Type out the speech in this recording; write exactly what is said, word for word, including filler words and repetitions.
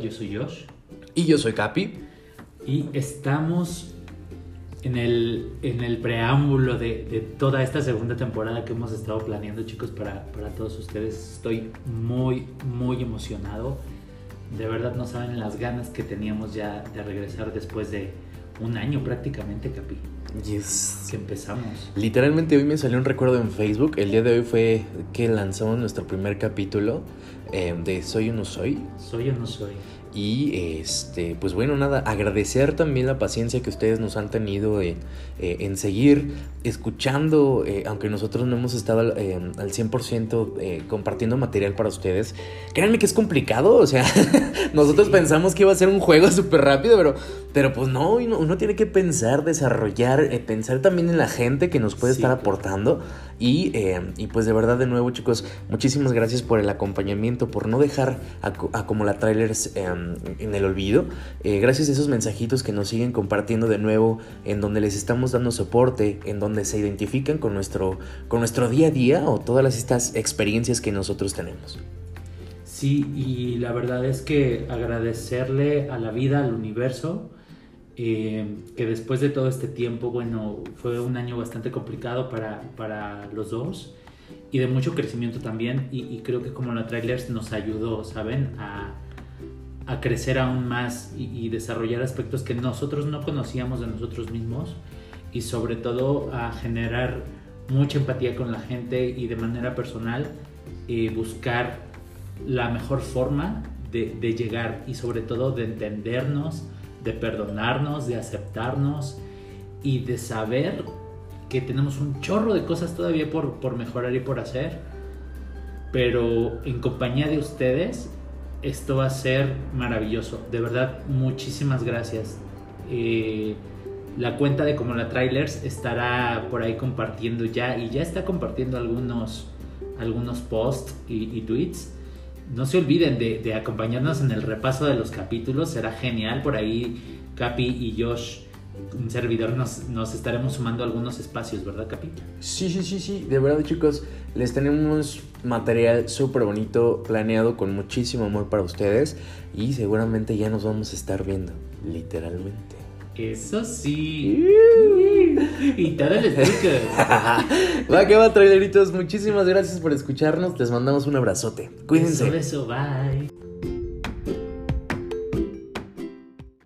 yo soy Josh. Y yo soy Capi. Y estamos en el, en el preámbulo de, de toda esta segunda temporada que hemos estado planeando, chicos, para, para todos ustedes. Estoy muy, muy emocionado. De verdad no saben las ganas que teníamos ya de regresar después de un año prácticamente, Capi. Yes. Que empezamos. Literalmente hoy me salió un recuerdo en Facebook. El día de hoy fue que lanzamos nuestro primer capítulo eh, de Soy o no soy. Soy o no soy. Y este, pues bueno, nada, agradecer también la paciencia que ustedes nos han tenido en, eh, en seguir escuchando, eh, aunque nosotros no hemos estado eh, al cien por ciento eh, compartiendo material para ustedes. Créanme que es complicado, o sea, nosotros sí. pensamos que iba a ser un juego súper rápido, pero, pero pues no, uno, uno tiene que pensar, desarrollar, eh, pensar también en la gente que nos puede sí, estar aportando. Y, eh, y pues de verdad, de nuevo, chicos, muchísimas gracias por el acompañamiento, por no dejar a, a como la trailers eh, en el olvido. Eh, gracias a esos mensajitos que nos siguen compartiendo de nuevo, en donde les estamos dando soporte, en donde se identifican con nuestro, con nuestro día a día o todas estas experiencias que nosotros tenemos. Sí, y la verdad es que agradecerle a la vida, al universo, eh, que después de todo este tiempo, bueno, fue un año bastante complicado para, para los dos y de mucho crecimiento también, y, y creo que como la Trailers nos ayudó, ¿saben?, a, a crecer aún más y, y desarrollar aspectos que nosotros no conocíamos de nosotros mismos, y sobre todo a generar mucha empatía con la gente y de manera personal eh, buscar la mejor forma de, de llegar y sobre todo de entendernos, de perdonarnos, de aceptarnos y de saber que tenemos un chorro de cosas todavía por, por mejorar y por hacer, pero en compañía de ustedes esto va a ser maravilloso. De verdad, muchísimas gracias. Eh, la cuenta de Como la Trailers estará por ahí compartiendo ya, y ya está compartiendo algunos, algunos posts y, y tweets. No se olviden de, de acompañarnos en el repaso de los capítulos, será genial. Por ahí Capi y Josh, un servidor, nos, nos estaremos sumando a algunos espacios, ¿verdad, Capi? Sí, sí, sí, sí, de verdad, chicos, les tenemos material súper bonito planeado con muchísimo amor para ustedes, y seguramente ya nos vamos a estar viendo, literalmente. Eso sí. Y todo el sticker. Va que va, traileritos. Muchísimas gracias por escucharnos. Les mandamos un abrazote. Cuídense. Beso, beso, bye.